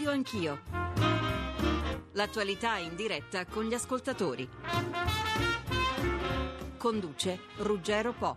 Odio anch'io. L'attualità in diretta con gli ascoltatori. Conduce Ruggero Po.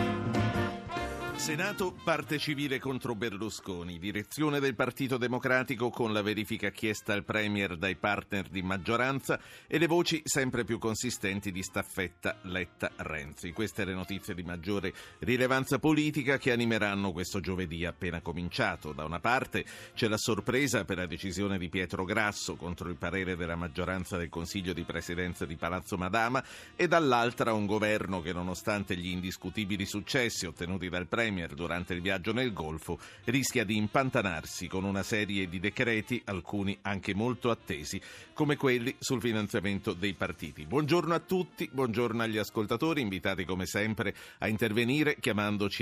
Senato, parte civile contro Berlusconi, direzione del Partito Democratico con la verifica chiesta al Premier dai partner di maggioranza e le voci sempre più consistenti di staffetta Letta-Renzi. Queste le notizie di maggiore rilevanza politica che animeranno questo giovedì appena cominciato. Da una parte c'è la sorpresa per la decisione di Pietro Grasso contro il parere della maggioranza del Consiglio di Presidenza di Palazzo Madama e dall'altra un governo che, nonostante gli indiscutibili successi ottenuti dal Premier durante il viaggio nel Golfo, rischia di impantanarsi con una serie di decreti, alcuni anche molto attesi, come quelli sul finanziamento dei partiti. Buongiorno a tutti, buongiorno agli ascoltatori, invitati come sempre a intervenire chiamandoci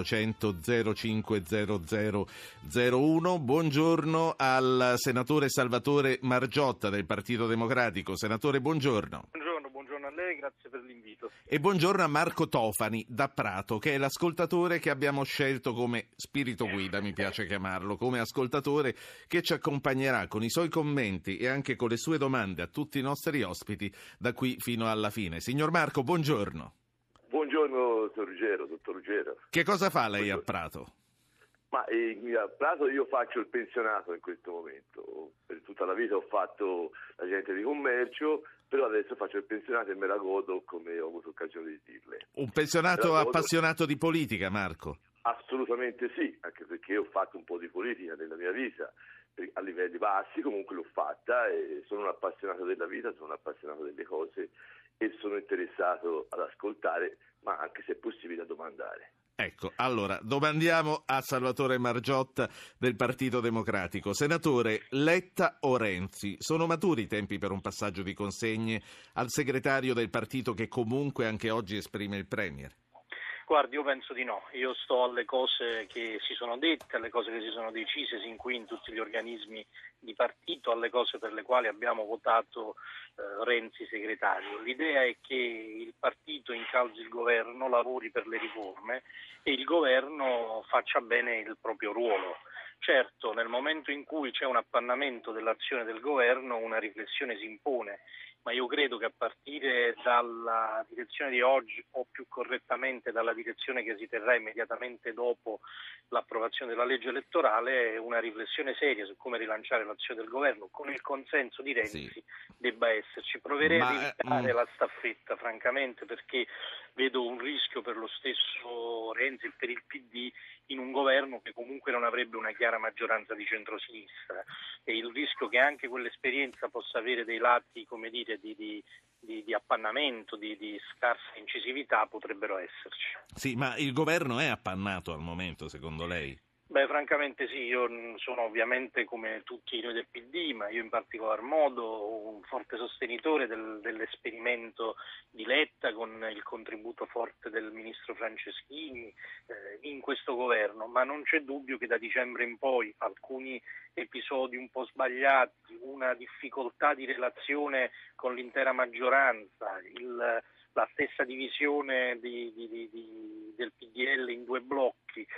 all'800 0500 01. Buongiorno al senatore Salvatore Margiotta del Partito Democratico. Senatore, buongiorno. Buongiorno a lei, grazie per l'invito. E buongiorno a Marco Tofani da Prato, che è l'ascoltatore che abbiamo scelto come spirito guida, mi piace chiamarlo, come ascoltatore che ci accompagnerà con i suoi commenti e anche con le sue domande a tutti i nostri ospiti da qui fino alla fine. Signor Marco, buongiorno. Buongiorno, dottor Ruggero. Che cosa fa lei a Prato? Ma a Prato io faccio il pensionato in questo momento. Per tutta la vita ho fatto l'agente di commercio, però adesso faccio il pensionato e me la godo, come ho avuto occasione di dirle. Un pensionato appassionato di politica, Marco? Assolutamente sì, anche perché ho fatto un po' di politica nella mia vita, a livelli bassi comunque l'ho fatta e sono un appassionato della vita, sono un appassionato delle cose e sono interessato ad ascoltare, ma anche se è possibile a domandare. Ecco, allora, domandiamo a Salvatore Margiotta del Partito Democratico. Senatore, Letta o Renzi? Sono maturi i tempi per un passaggio di consegne al segretario del partito che comunque anche oggi esprime il Premier? Guardi, io penso di no. Io sto alle cose che si sono dette, alle cose che si sono decise sin qui in tutti gli organismi di partito, alle cose per le quali abbiamo votato Renzi segretario. L'idea è che il partito incalzi il governo, lavori per le riforme e il governo faccia bene il proprio ruolo. Certo, nel momento in cui c'è un appannamento dell'azione del governo, una riflessione si impone, ma io credo che a partire dalla direzione di oggi, o più correttamente dalla direzione che si terrà immediatamente dopo l'approvazione della legge elettorale, una riflessione seria su come rilanciare l'azione del governo con il consenso di Renzi debba esserci. Proverei ad evitare la staffetta, francamente, perché vedo un rischio per lo stesso Renzi e per il PD in un governo che comunque non avrebbe una chiara maggioranza di centrosinistra, e il rischio che anche quell'esperienza possa avere dei lati, come dire, di appannamento, di scarsa incisività potrebbero esserci. Sì, ma il governo è appannato al momento, secondo lei? Beh, francamente sì, io sono ovviamente come tutti noi del PD, ma io in particolar modo un forte sostenitore dell'esperimento di Letta con il contributo forte del ministro Franceschini in questo governo, ma non c'è dubbio che da dicembre in poi alcuni episodi un po' sbagliati, una difficoltà di relazione con l'intera maggioranza, la stessa divisione del PDL in due blocchi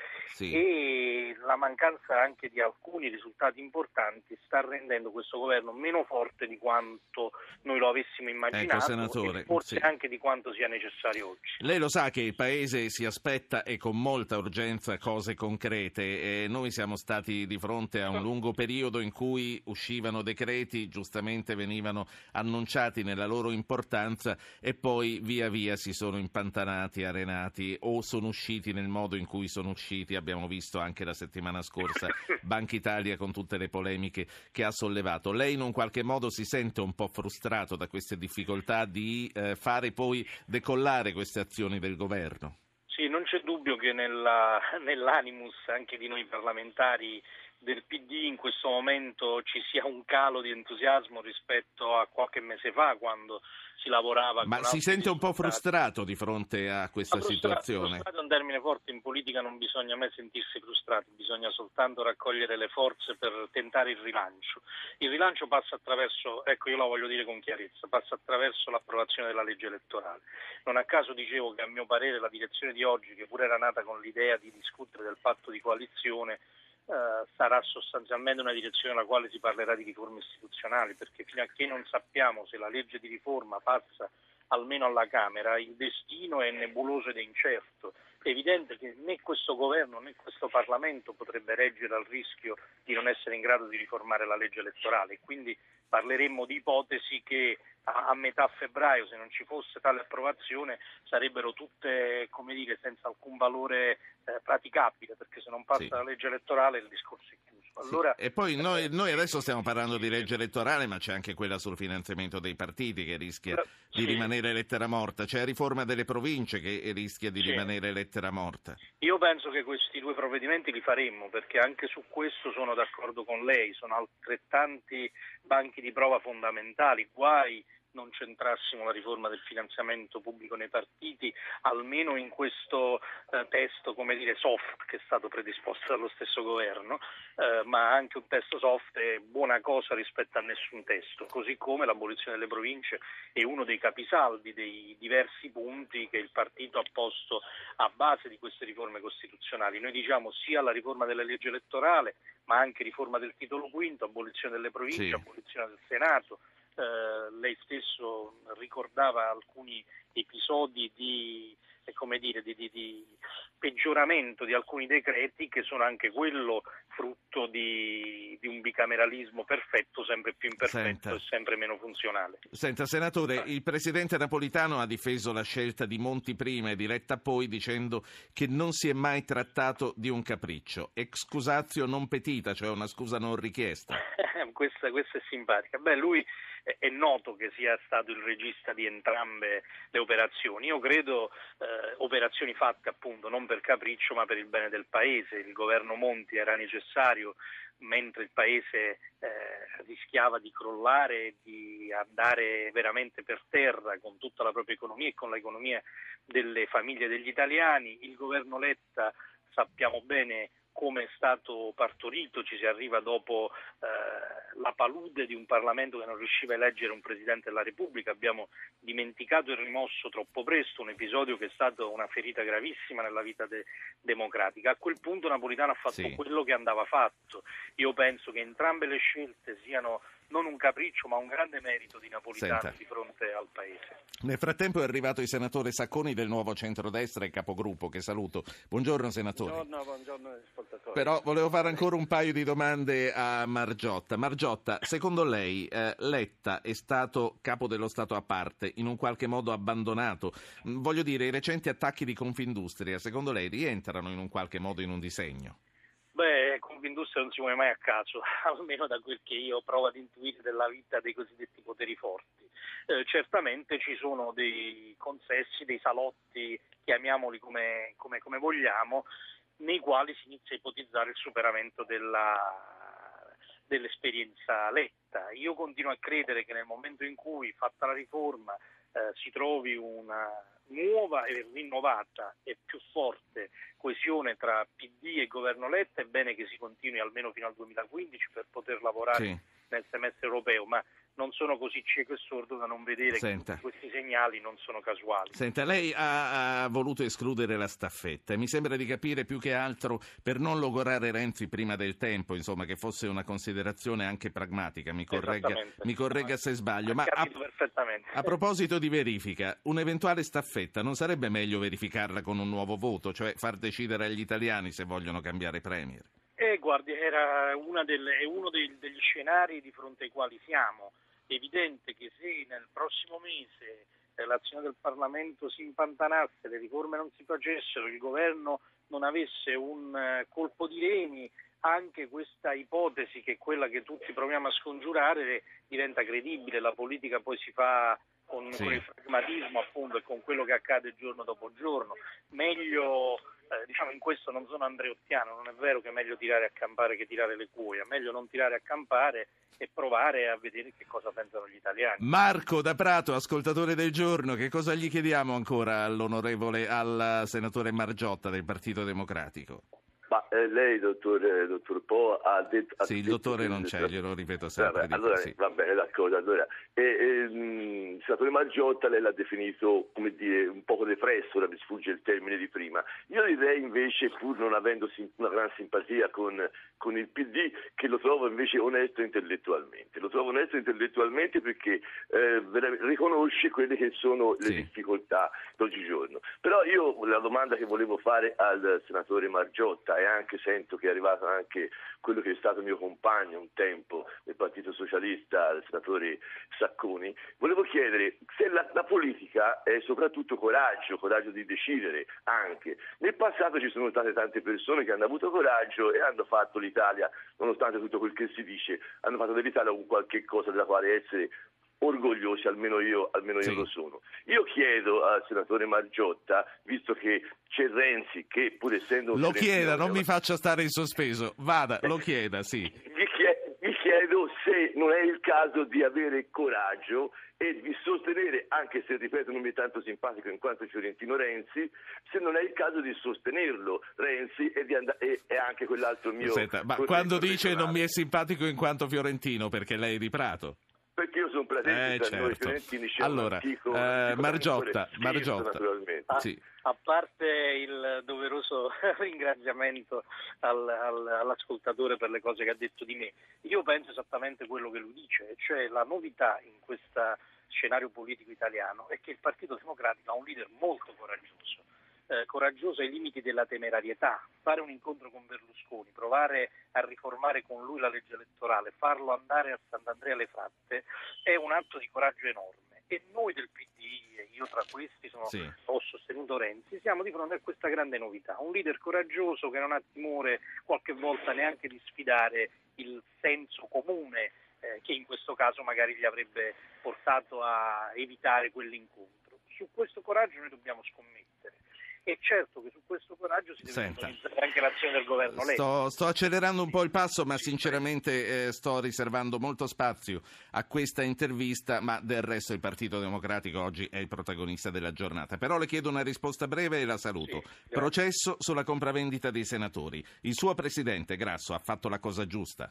e la mancanza anche di alcuni risultati importanti sta rendendo questo governo meno forte di quanto noi lo avessimo immaginato, senatore, e forse anche di quanto sia necessario oggi. Lei lo sa che il Paese si aspetta e con molta urgenza cose concrete, e noi siamo stati di fronte a un lungo periodo in cui uscivano decreti, giustamente venivano annunciati nella loro importanza e poi via via si sono impantanati, arenati o sono usciti nel modo in cui sono usciti. Abbiamo visto anche la settimana scorsa Banca Italia con tutte le polemiche che ha sollevato. Lei in un qualche modo si sente un po' frustrato da queste difficoltà di fare poi decollare queste azioni del governo? Sì, non c'è dubbio che nell'animus anche di noi parlamentari del PD in questo momento ci sia un calo di entusiasmo rispetto a qualche mese fa, quando si lavorava. Ma si sente un po' frustrato di fronte a questa situazione? Frustrato è un termine forte, in politica non bisogna mai sentirsi frustrati, bisogna soltanto raccogliere le forze per tentare il rilancio. Il rilancio passa attraverso, ecco, io lo voglio dire con chiarezza, passa attraverso l'approvazione della legge elettorale. Non a caso dicevo che a mio parere la direzione di oggi, che pure era nata con l'idea di discutere del patto di coalizione, sarà sostanzialmente una direzione nella quale si parlerà di riforme istituzionali, perché fino a che non sappiamo se la legge di riforma passa almeno alla Camera, il destino è nebuloso ed è incerto. È evidente che né questo governo né questo Parlamento potrebbe reggere al rischio di non essere in grado di riformare la legge elettorale, quindi parleremmo di ipotesi che a metà febbraio, se non ci fosse tale approvazione, sarebbero tutte, come dire, senza alcun valore praticabile, perché se non passa la legge elettorale il discorso è chiuso. Allora, e poi noi adesso stiamo parlando di legge elettorale, ma c'è anche quella sul finanziamento dei partiti che rischia di rimanere lettera morta, c'è la riforma delle province che rischia di rimanere lettera morta. Io penso che questi due provvedimenti li faremmo, perché anche su questo sono d'accordo con lei, sono altrettanti banchi di prova fondamentali, guai non centrassimo la riforma del finanziamento pubblico nei partiti, almeno in questo testo, come dire, soft che è stato predisposto dallo stesso governo, ma anche un testo soft è buona cosa rispetto a nessun testo, così come l'abolizione delle province è uno dei capisaldi dei diversi punti che il partito ha posto a base di queste riforme costituzionali. Noi diciamo sia la riforma della legge elettorale, ma anche riforma del titolo quinto, abolizione delle province, abolizione del Senato. Lei stesso ricordava alcuni episodi di peggioramento di alcuni decreti che sono anche quello frutto di un bicameralismo perfetto, sempre più imperfetto e sempre meno funzionale. Senta, senatore, il presidente Napolitano ha difeso la scelta di Monti prima e di Letta poi, dicendo che non si è mai trattato di un capriccio. Excusatio non petita, cioè una scusa non richiesta. Questa è simpatica. Lui è noto che sia stato il regista di entrambe le operazioni. Io credo operazioni fatte appunto non per capriccio ma per il bene del Paese. Il governo Monti era necessario mentre il Paese rischiava di crollare e di andare veramente per terra con tutta la propria economia e con l'economia delle famiglie degli italiani. Il governo Letta sappiamo bene come è stato partorito, ci si arriva dopo la palude di un Parlamento che non riusciva a eleggere un Presidente della Repubblica. Abbiamo dimenticato e rimosso troppo presto un episodio che è stato una ferita gravissima nella vita democratica. A quel punto Napolitano ha fatto quello che andava fatto. Io penso che entrambe le scelte siano non un capriccio ma un grande merito di Napolitano di fronte al Paese. Nel frattempo è arrivato il senatore Sacconi del Nuovo Centrodestra e capogruppo, che saluto. Buongiorno senatore. Buongiorno ascoltatori. Però volevo fare ancora un paio di domande a Margiotta. Margiotta, secondo lei Letta è stato capo dello Stato a parte, in un qualche modo abbandonato? Voglio dire, i recenti attacchi di Confindustria, secondo lei rientrano in un qualche modo in un disegno? Confindustria non si muove mai a caso, almeno da quel che io provo ad intuire della vita dei cosiddetti poteri forti. Certamente ci sono dei consessi, dei salotti, chiamiamoli come vogliamo, nei quali si inizia a ipotizzare il superamento dell'esperienza Letta. Io continuo a credere che nel momento in cui, fatta la riforma, si trovi una nuova e rinnovata e più forte coesione tra PD e governo Letta, è bene che si continui almeno fino al 2015 per poter lavorare nel semestre europeo, ma non sono così cieco e sordo da non vedere che questi segnali non sono casuali. Senta, lei ha voluto escludere la staffetta e mi sembra di capire più che altro per non logorare Renzi prima del tempo, insomma, che fosse una considerazione anche pragmatica, mi corregga se sbaglio. Ma a proposito di verifica, un'eventuale staffetta non sarebbe meglio verificarla con un nuovo voto, cioè far decidere agli italiani se vogliono cambiare premier? Guardi, è uno degli scenari di fronte ai quali siamo. È evidente che se nel prossimo mese l'azione del Parlamento si impantanasse, le riforme non si facessero, il governo non avesse un colpo di reni, anche questa ipotesi, che è quella che tutti proviamo a scongiurare, diventa credibile. La politica poi si fa con il pragmatismo appunto e con quello che accade giorno dopo giorno. Meglio, in questo non sono andreottiano, non è vero che è meglio tirare a campare che tirare le cuoia, meglio non tirare a campare e provare a vedere che cosa pensano gli italiani. Marco da Prato, ascoltatore del giorno, che cosa gli chiediamo ancora al senatore Margiotta del Partito Democratico? Ma lei, dottor Po, ha detto... il dottore non c'è, glielo ripeto sempre. Va bene, d'accordo. Allora, senatore Margiotta lei l'ha definito, come dire, un poco depresso, ora mi sfugge il termine di prima. Io direi invece, pur non avendo una gran simpatia con il PD, che lo trovo invece onesto intellettualmente. Lo trovo onesto intellettualmente perché riconosce quelle che sono le difficoltà d'oggigiorno. Però io la domanda che volevo fare al senatore Margiotta, e anche sento che è arrivato anche quello che è stato mio compagno un tempo del Partito Socialista, il senatore Sacconi, volevo chiedere se la politica è soprattutto coraggio di decidere anche. Nel passato ci sono state tante persone che hanno avuto coraggio e hanno fatto l'Italia, nonostante tutto quel che si dice, hanno fatto dell'Italia un qualche cosa della quale essere orgogliosi, almeno io lo sono. Io chiedo al senatore Margiotta, visto che c'è Renzi, che pur essendo lo chieda, non mi faccia stare in sospeso, vada, lo chieda, sì. Gli chiedo se non è il caso di avere coraggio e di sostenere, anche se ripeto non mi è tanto simpatico in quanto fiorentino Renzi, se non è il caso di sostenerlo Renzi e anche quell'altro mio... Senta, ma quando dice non mi è simpatico in quanto fiorentino, perché lei è di Prato? Perché io sono presente tra noi fiorentini, c'è allora, Margiotta, sì. A parte il doveroso ringraziamento all'ascoltatore per le cose che ha detto di me, io penso esattamente quello che lui dice, cioè la novità in questo scenario politico italiano è che il Partito Democratico ha un leader molto coraggioso ai limiti della temerarietà. Fare un incontro con Berlusconi, provare a riformare con lui la legge elettorale, farlo andare a Sant'Andrea alle Fratte è un atto di coraggio enorme, e noi del PD, e io tra questi ho sostenuto Renzi, siamo di fronte a questa grande novità, un leader coraggioso che non ha timore qualche volta neanche di sfidare il senso comune che in questo caso magari gli avrebbe portato a evitare quell'incontro. Su questo coraggio noi dobbiamo scommettere. E certo che su questo coraggio si deve utilizzare anche l'azione del governo. Sto accelerando un po' il passo, ma sinceramente sto riservando molto spazio a questa intervista, ma del resto il Partito Democratico oggi è il protagonista della giornata. Però le chiedo una risposta breve e la saluto. Processo sulla compravendita dei senatori. Il suo presidente Grasso ha fatto la cosa giusta?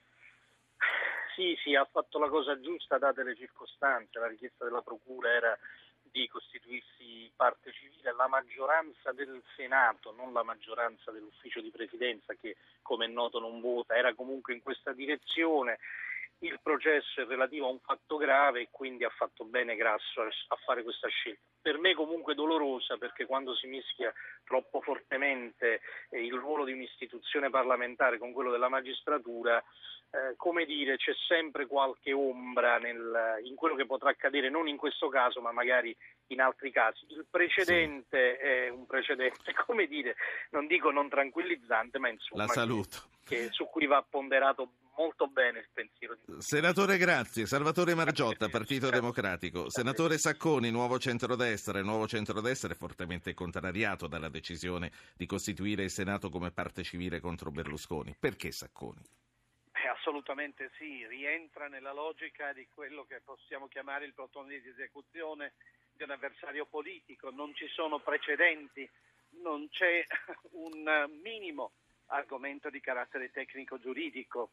Sì, ha fatto la cosa giusta date le circostanze. La richiesta della Procura era di costituirsi parte civile, la maggioranza del Senato, non la maggioranza dell'ufficio di presidenza che come è noto non vota, era comunque in questa direzione. Il processo è relativo a un fatto grave e quindi ha fatto bene Grasso a fare questa scelta. Per me comunque dolorosa, perché quando si mischia troppo fortemente il ruolo di un'istituzione parlamentare con quello della magistratura, c'è sempre qualche ombra in quello che potrà accadere, non in questo caso ma magari in altri casi. Il precedente è un precedente, non dico non tranquillizzante, ma insomma la saluto. Su cui va ponderato molto bene il pensiero di Senatore, grazie. Salvatore Margiotta, Partito Democratico. Senatore Sacconi, Nuovo Centrodestra. Il Nuovo Centrodestra è fortemente contrariato dalla decisione di costituire il Senato come parte civile contro Berlusconi. Perché Sacconi? Assolutamente sì, rientra nella logica di quello che possiamo chiamare il plotone di esecuzione di un avversario politico. Non ci sono precedenti, non c'è un minimo argomento di carattere tecnico-giuridico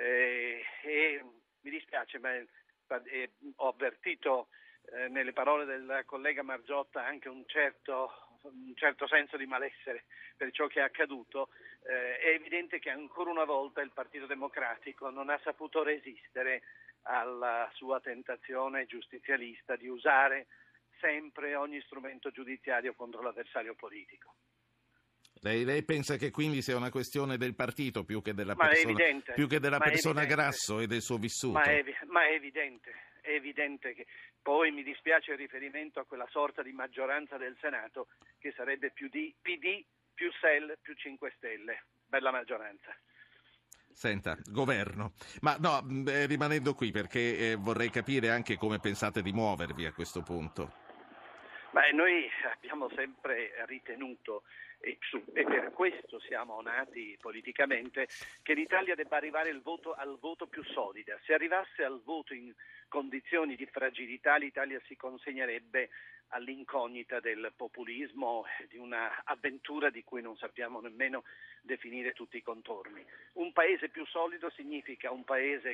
e mi dispiace, ma ho avvertito nelle parole del collega Margiotta anche un certo senso di malessere per ciò che è accaduto. È evidente che ancora una volta il Partito Democratico non ha saputo resistere alla sua tentazione giustizialista di usare sempre ogni strumento giudiziario contro l'avversario politico. Lei pensa che quindi sia una questione del partito più che della persona Grasso e del suo vissuto? Ma è evidente che poi mi dispiace il riferimento a quella sorta di maggioranza del Senato che sarebbe più PD, più SEL, più 5 Stelle. Bella maggioranza. Senta, governo. Ma no, rimanendo qui perché vorrei capire anche come pensate di muovervi a questo punto. Noi abbiamo sempre ritenuto, e per questo siamo nati politicamente, che l'Italia debba arrivare al voto più solido. Se arrivasse al voto condizioni di fragilità l'Italia si consegnerebbe all'incognita del populismo, di una avventura di cui non sappiamo nemmeno definire tutti i contorni. Un paese più solido significa un paese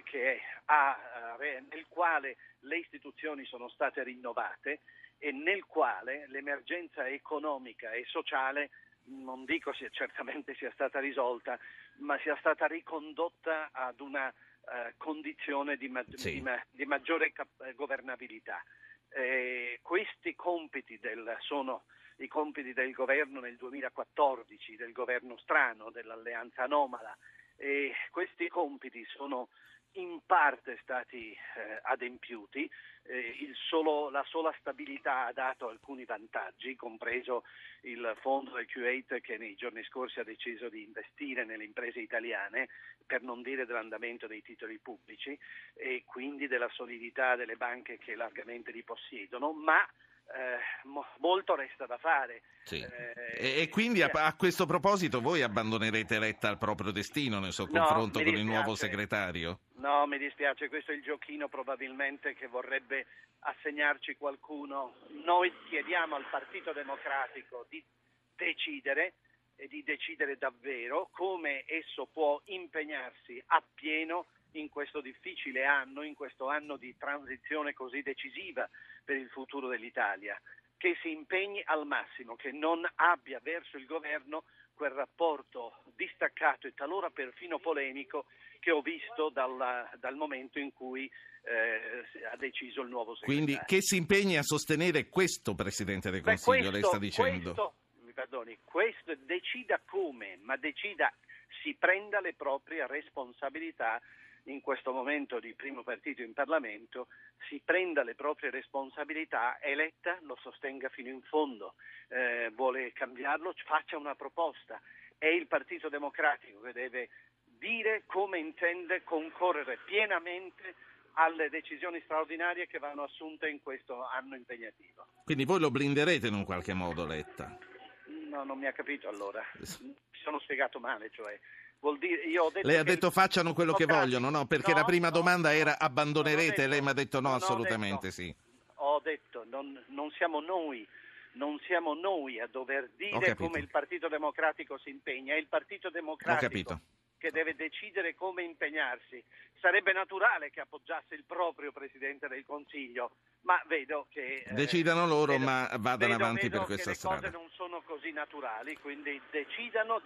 nel quale le istituzioni sono state rinnovate e nel quale l'emergenza economica e sociale, non dico certamente sia stata risolta, ma sia stata ricondotta ad una condizione di maggiore governabilità. Questi compiti sono i compiti del governo nel 2014, del governo strano, dell'alleanza anomala, e questi compiti sono in parte stati adempiuti. La sola stabilità ha dato alcuni vantaggi, compreso il fondo del Q8 che nei giorni scorsi ha deciso di investire nelle imprese italiane, per non dire dell'andamento dei titoli pubblici e quindi della solidità delle banche che largamente li possiedono, ma molto resta da fare. Sì. E quindi a questo proposito voi abbandonerete Letta al proprio destino nel suo confronto con il nuovo segretario? No, mi dispiace, questo è il giochino probabilmente che vorrebbe assegnarci qualcuno. Noi chiediamo al Partito Democratico di decidere e di decidere davvero come esso può impegnarsi appieno in questo difficile anno, in questo anno di transizione così decisiva per il futuro dell'Italia, che si impegni al massimo, che non abbia verso il governo quel rapporto distaccato e talora perfino polemico che ho visto dal momento in cui ha deciso il nuovo segretario. Quindi che si impegni a sostenere questo Presidente del Consiglio, lei sta dicendo? Questo decida come, ma si prenda le proprie responsabilità. In questo momento di primo partito in Parlamento, si prenda le proprie responsabilità e Letta lo sostenga fino in fondo. Vuole cambiarlo, faccia una proposta. È il Partito Democratico che deve dire come intende concorrere pienamente alle decisioni straordinarie che vanno assunte in questo anno impegnativo. Quindi voi lo blinderete in un qualche modo, Letta? No, non mi ha capito allora. Mi sono spiegato male, cioè... Vuol dire, io ho detto lei ha detto facciano quello che vogliono, no? Perché la prima domanda era abbandonerete e lei mi ha detto no, assolutamente sì. Ho detto non siamo noi a dover dire come il Partito Democratico si impegna, è il Partito Democratico che deve decidere come impegnarsi. Sarebbe naturale che appoggiasse il proprio Presidente del Consiglio, ma vedo che... decidano loro, ma vadano avanti per questa strada. Le cose non sono così naturali, quindi decidano,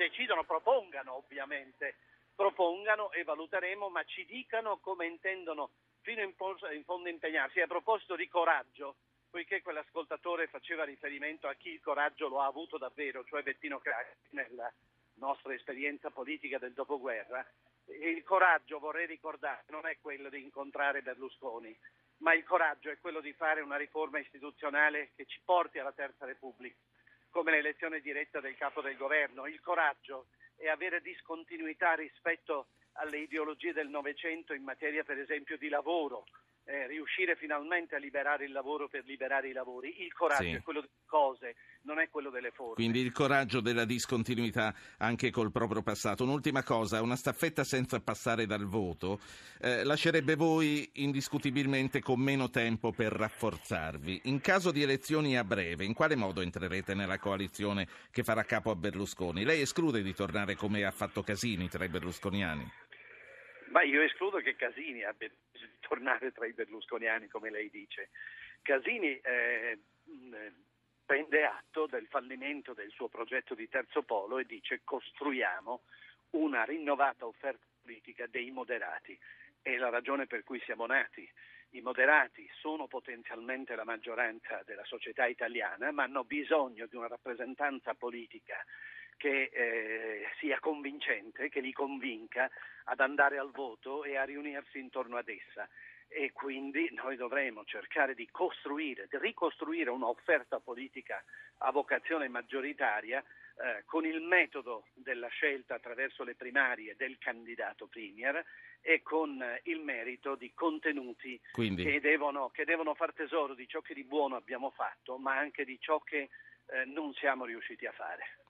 propongano e valuteremo, ma ci dicano come intendono fino in fondo impegnarsi. A proposito di coraggio, poiché quell'ascoltatore faceva riferimento a chi il coraggio lo ha avuto davvero, cioè Bettino Craxi nella nostra esperienza politica del dopoguerra, il coraggio, vorrei ricordare, non è quello di incontrare Berlusconi, ma il coraggio è quello di fare una riforma istituzionale che ci porti alla Terza Repubblica, come l'elezione diretta del capo del governo. Il coraggio è avere discontinuità rispetto alle ideologie del Novecento in materia, per esempio, di lavoro, riuscire finalmente a liberare il lavoro per liberare i lavori. Il coraggio è quello delle cose, non è quello delle forme. Quindi il coraggio della discontinuità anche col proprio passato. Un'ultima cosa, una staffetta senza passare dal voto lascerebbe voi indiscutibilmente con meno tempo per rafforzarvi. In caso di elezioni a breve, in quale modo entrerete nella coalizione che farà capo a Berlusconi? Lei esclude di tornare come ha fatto Casini tra i berlusconiani? Ma io escludo che Casini abbia deciso di tornare tra i berlusconiani, come lei dice. Casini prende atto del fallimento del suo progetto di terzo polo e dice: costruiamo una rinnovata offerta politica dei moderati. È la ragione per cui siamo nati. I moderati sono potenzialmente la maggioranza della società italiana, ma hanno bisogno di una rappresentanza politica che sia convincente, che li convinca ad andare al voto e a riunirsi intorno ad essa. E quindi noi dovremo cercare di ricostruire un'offerta politica a vocazione maggioritaria con il metodo della scelta attraverso le primarie del candidato premier e con il merito di contenuti che devono far tesoro di ciò che di buono abbiamo fatto, ma anche di ciò che non siamo riusciti a fare.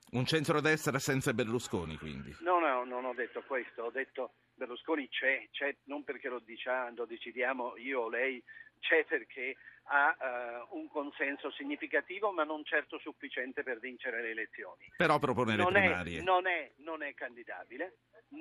Un centrodestra senza Berlusconi, quindi. No, non ho detto questo, ho detto Berlusconi c'è non perché lo decidiamo io o lei, c'è perché ha un consenso significativo, ma non certo sufficiente per vincere le elezioni. Però propone le primarie. Non è candidabile.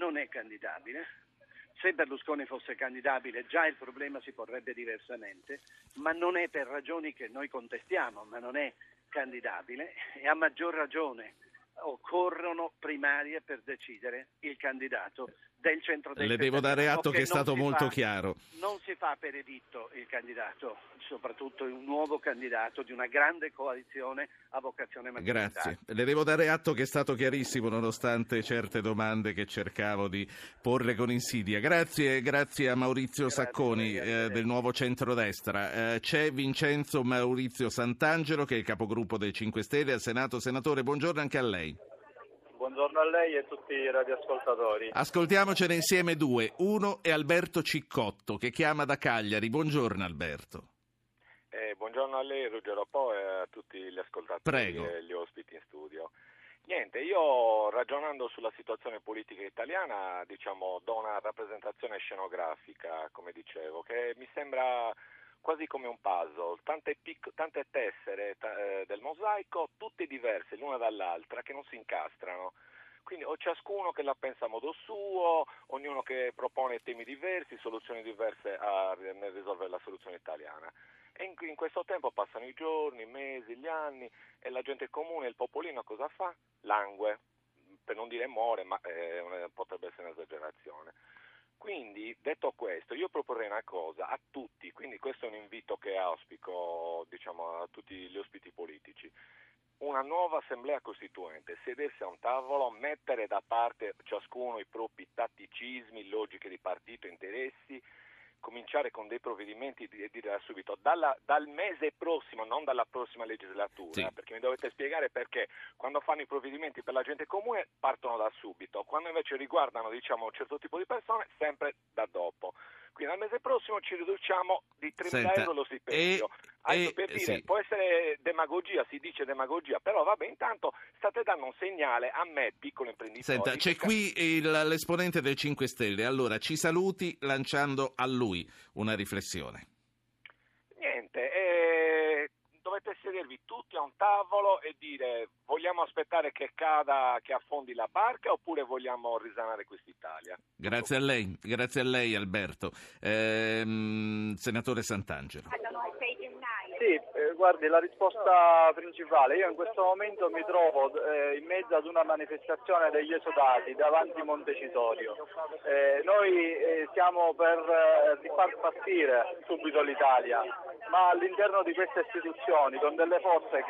Se Berlusconi fosse candidabile già il problema si porrebbe diversamente, ma non è per ragioni che noi contestiamo, ma non è candidabile e a maggior ragione occorrono primarie per decidere il candidato del centrodestra. Le devo dare atto che è stato molto chiaro. Non si fa per editto il candidato, soprattutto un nuovo candidato di una grande coalizione a vocazione maggioritaria. Grazie. Le devo dare atto che è stato chiarissimo nonostante certe domande che cercavo di porre con insidia. Grazie a Maurizio Sacconi del Nuovo Centrodestra. C'è Vincenzo Maurizio Santangelo che è il capogruppo del 5 Stelle al Senato. Senatore, buongiorno anche a lei. Buongiorno a lei e a tutti i radioascoltatori. Ascoltiamocene insieme due. Uno è Alberto Ciccotto che chiama da Cagliari. Buongiorno Alberto. Buongiorno a lei Ruggero Po e a tutti gli ascoltatori. Prego. E gli ospiti in studio. Niente, io ragionando sulla situazione politica italiana, do una rappresentazione scenografica, come dicevo, che mi sembra quasi come un puzzle, tante tessere del mosaico, tutte diverse l'una dall'altra, che non si incastrano. Quindi o ciascuno che la pensa a modo suo, ognuno che propone temi diversi, soluzioni diverse nel risolvere la soluzione italiana. E in questo tempo passano i giorni, i mesi, gli anni e la gente comune, il popolino cosa fa? Langue, per non dire muore, ma potrebbe essere un'esagerazione. Quindi, detto questo, io proporrei una cosa a tutti, quindi questo è un invito che auspico a tutti gli ospiti politici. Una nuova assemblea costituente, sedersi a un tavolo, mettere da parte ciascuno i propri tatticismi, logiche di partito, interessi, cominciare con dei provvedimenti e dire da subito dal mese prossimo, non dalla prossima legislatura, sì. Perché mi dovete spiegare perché quando fanno i provvedimenti per la gente comune partono da subito, quando invece riguardano un certo tipo di persone sempre da dopo. Quindi al mese prossimo ci riduciamo di 30 euro lo stipendio. Per dire, sì. Può essere demagogia, si dice demagogia, però vabbè, intanto state dando un segnale a me, piccolo imprenditore. Senta, c'è qui l'esponente del 5 Stelle, allora ci saluti lanciando a lui una riflessione. Niente, dovete sedervi tutti a un tavolo e dire vogliamo aspettare che cada, che affondi la barca oppure vogliamo risanare quest'Italia? Grazie a lei Alberto. Senatore Santangelo. Sì, guardi, la risposta principale, io in questo momento mi trovo in mezzo ad una manifestazione degli esodati davanti a Montecitorio. Noi siamo per far partire subito l'Italia, ma all'interno di queste istituzioni, con delle forze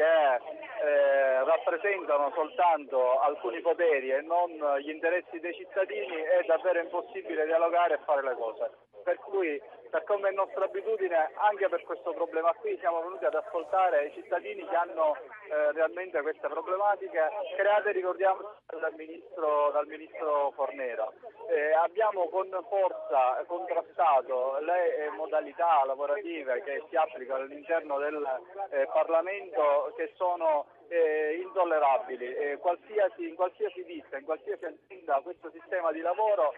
che rappresentano soltanto alcuni poteri e non gli interessi dei cittadini, è davvero impossibile dialogare e fare le cose. Per cui, per come è nostra abitudine, anche per questo problema qui siamo venuti ad ascoltare i cittadini che hanno realmente queste problematiche create, ricordiamo, dal ministro Fornero. Abbiamo con forza contrastato le modalità lavorative che si applicano all'interno del Parlamento, che sono intollerabili. In qualsiasi ditta, in qualsiasi azienda questo sistema di lavoro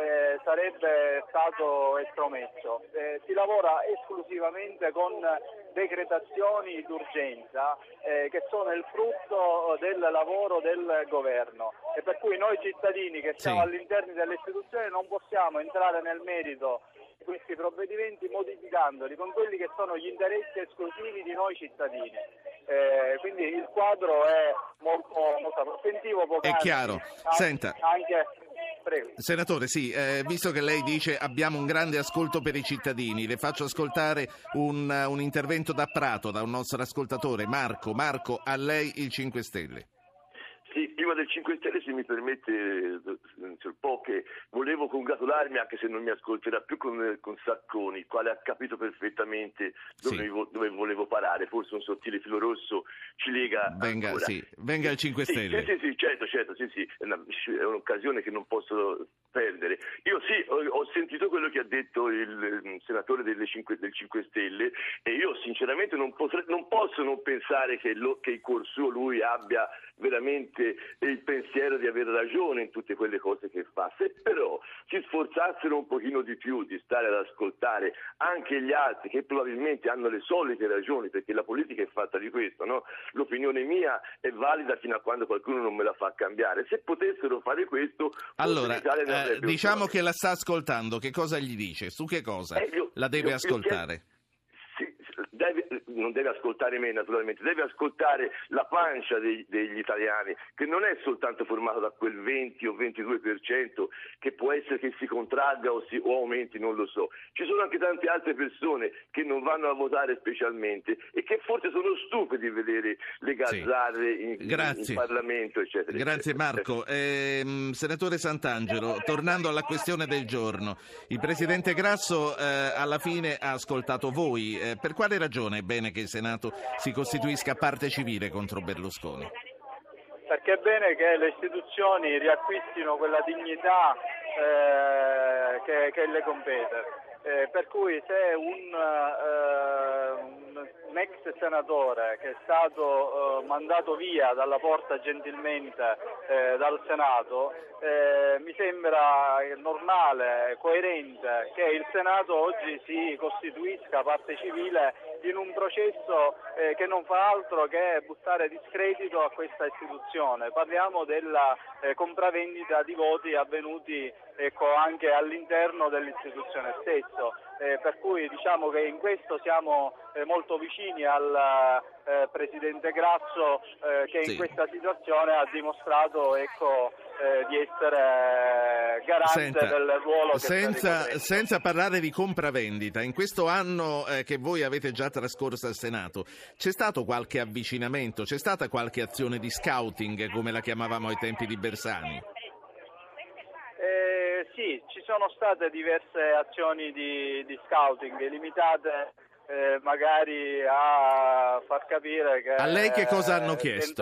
sarebbe stato estromesso. Si lavora esclusivamente con decretazioni d'urgenza che sono il frutto del lavoro del governo, e per cui noi cittadini che siamo all'interno delle istituzioni non possiamo entrare nel merito di questi provvedimenti modificandoli con quelli che sono gli interessi esclusivi di noi cittadini. Quindi il quadro è molto sentivo poc'anzi. È chiaro. Senta. Prego. Senatore, visto che lei dice abbiamo un grande ascolto per i cittadini, le faccio ascoltare un intervento da Prato, da un nostro ascoltatore, Marco. Marco, a lei il 5 Stelle. Sì, prima del 5 Stelle, se mi permette, un po' che volevo congratularmi, anche se non mi ascolterà più, con Sacconi, il quale ha capito perfettamente dove volevo parare. Forse un sottile filo rosso ci lega venga al 5 Stelle. Sì, certo, è un'occasione che non posso perdere. Io ho sentito quello che ha detto il senatore del 5 Stelle e io sinceramente non posso non pensare che il cuor suo lui abbia veramente il pensiero di aver ragione in tutte quelle cose che fa. Se però si sforzassero un pochino di più di stare ad ascoltare anche gli altri che probabilmente hanno le solite ragioni, perché la politica è fatta di questo, no? L'opinione mia è valida fino a quando qualcuno non me la fa cambiare. Se potessero fare questo, allora diciamo che la sta ascoltando, che cosa gli dice? Su che cosa la deve ascoltare? Non deve ascoltare me naturalmente, deve ascoltare la pancia degli italiani, che non è soltanto formata da quel 20 o 22% che può essere che si contragga o aumenti, non lo so. Ci sono anche tante altre persone che non vanno a votare specialmente e che forse sono stufe di vedere le gazzarre in Parlamento, eccetera. Grazie Marco. Senatore Santangelo, tornando alla questione del giorno, il Presidente Grasso alla fine ha ascoltato voi. Per quale ragione è bene che il Senato si costituisca parte civile contro Berlusconi? Perché è bene che le istituzioni riacquistino quella dignità che le compete. Per cui se un ex senatore che è stato mandato via dalla porta gentilmente dal Senato, mi sembra normale, coerente che il Senato oggi si costituisca parte civile in un processo che non fa altro che buttare discredito a questa istituzione. Parliamo della compravendita di voti avvenuti anche all'interno dell'istituzione stesso, per cui diciamo che in questo siamo molto vicini al Presidente Grasso che in questa situazione ha dimostrato di essere garante del ruolo che senza parlare di compravendita. In questo anno che voi avete già trascorso al Senato c'è stato qualche avvicinamento, c'è stata qualche azione di scouting come la chiamavamo ai tempi di Bersani? Sì, ci sono state diverse azioni di scouting limitate magari a far capire che... A lei che cosa hanno chiesto?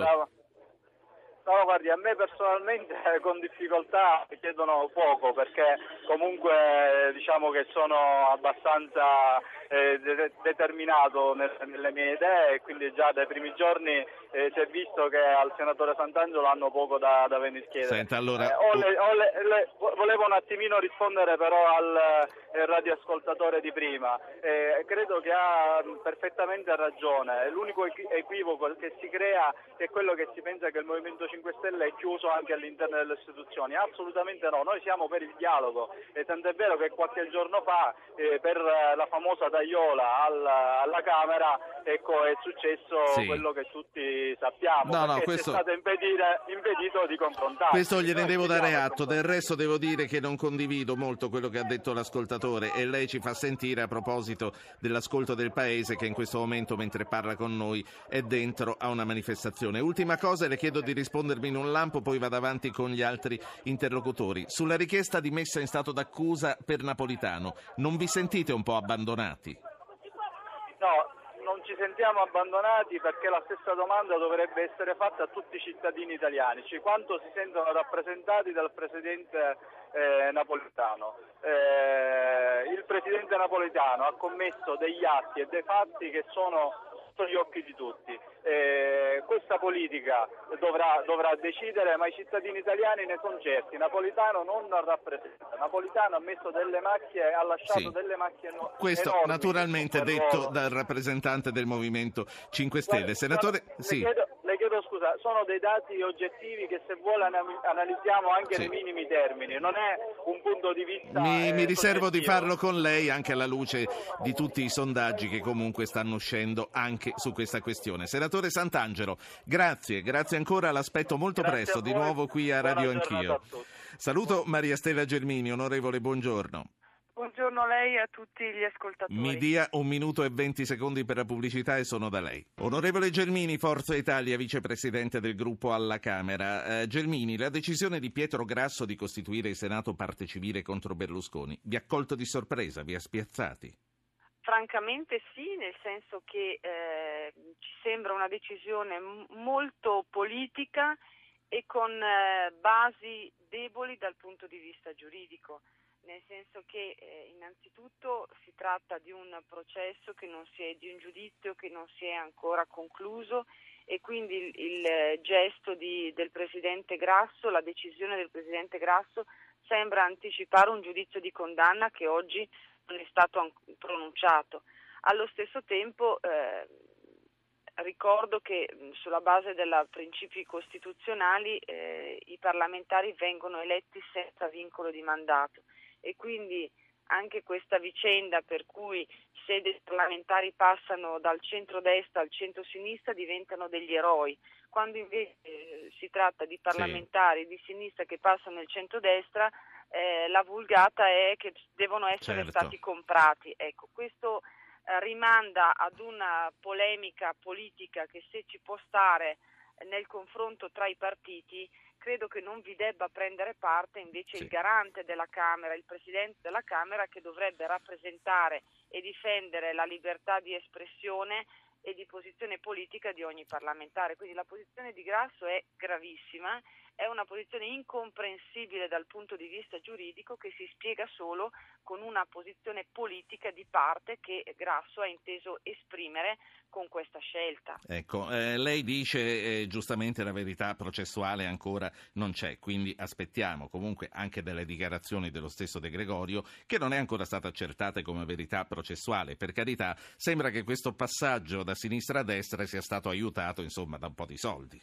No, guardi, a me personalmente con difficoltà mi chiedono poco, perché comunque diciamo che sono abbastanza determinato nelle mie idee, e quindi già dai primi giorni si è visto che al senatore Santangelo hanno poco da venire a chiedere. Senta, allora... volevo un attimino rispondere però al radioascoltatore di prima. Credo che ha perfettamente ragione. L'unico equivoco che si crea è quello che si pensa che il Movimento 5 Stelle è chiuso anche all'interno delle istituzioni. Assolutamente no, noi siamo per il dialogo, e tant'è vero che qualche giorno fa per la famosa tagliola alla Camera è successo quello che tutti sappiamo, perché è stato impedito di confrontare. Questo gliene devo dare atto. Del resto devo dire che non condivido molto quello che ha detto l'ascoltatore, e lei ci fa sentire, a proposito dell'ascolto del Paese, che in questo momento, mentre parla con noi, è dentro a una manifestazione. Ultima cosa, le chiedo di rispondermi in un lampo, poi vado avanti con gli altri interlocutori. Sulla richiesta di messa in stato d'accusa per Napolitano, non vi sentite un po' abbandonati? No, non ci sentiamo abbandonati, perché la stessa domanda dovrebbe essere fatta a tutti i cittadini italiani, cioè quanto si sentono rappresentati dal Presidente Napolitano. Il Presidente Napolitano ha commesso degli atti e dei fatti che sono sotto gli occhi di tutti. Questa politica dovrà decidere, ma i cittadini italiani ne sono certi. Napolitano non rappresenta. Napolitano ha messo delle macchie, ha lasciato delle macchie enormi. Questo naturalmente detto dal rappresentante del Movimento 5 Stelle. Senatore, le chiedo scusa, sono dei dati oggettivi che, se vuole, analizziamo anche nei minimi termini. Non è un punto di vista mi riservo di farlo con lei, anche alla luce di tutti i sondaggi che comunque stanno uscendo anche su questa questione. Senatore Santangelo, grazie ancora, l'aspetto molto presto di nuovo qui a Radio Anch'io. Saluto Maria Stella Gelmini. Onorevole, buongiorno. Buongiorno a lei e a tutti gli ascoltatori. Mi dia 1 minuto e 20 secondi per la pubblicità e sono da lei. Onorevole Gelmini, Forza Italia, vicepresidente del gruppo alla Camera. Gelmini, la decisione di Pietro Grasso di costituire il Senato parte civile contro Berlusconi vi ha colto di sorpresa, vi ha spiazzati? Francamente sì, nel senso che ci sembra una decisione molto politica e con basi deboli dal punto di vista giuridico. Nel senso che innanzitutto si tratta di un processo di un giudizio che non si è ancora concluso e quindi il gesto del Presidente Grasso, la decisione del Presidente Grasso sembra anticipare un giudizio di condanna che oggi non è stato pronunciato. Allo stesso tempo ricordo che sulla base dei principi costituzionali i parlamentari vengono eletti senza vincolo di mandato e quindi anche questa vicenda per cui se dei parlamentari passano dal centro-destra al centro-sinistra diventano degli eroi, quando invece si tratta di parlamentari di sinistra che passano nel centro-destra, la vulgata è che devono essere stati comprati. Ecco, questo rimanda ad una polemica politica che, se ci può stare nel confronto tra i partiti, credo che non vi debba prendere parte invece il garante della Camera, il Presidente della Camera, che dovrebbe rappresentare e difendere la libertà di espressione e di posizione politica di ogni parlamentare. Quindi la posizione di Grasso è gravissima, è una posizione incomprensibile dal punto di vista giuridico che si spiega solo con una posizione politica di parte che Grasso ha inteso esprimere con questa scelta. Ecco, lei dice giustamente la verità processuale ancora non c'è, quindi aspettiamo comunque anche delle dichiarazioni dello stesso De Gregorio, che non è ancora stata accertata come verità processuale. Per carità, sembra che questo passaggio da sinistra a destra sia stato aiutato, insomma, da un po' di soldi.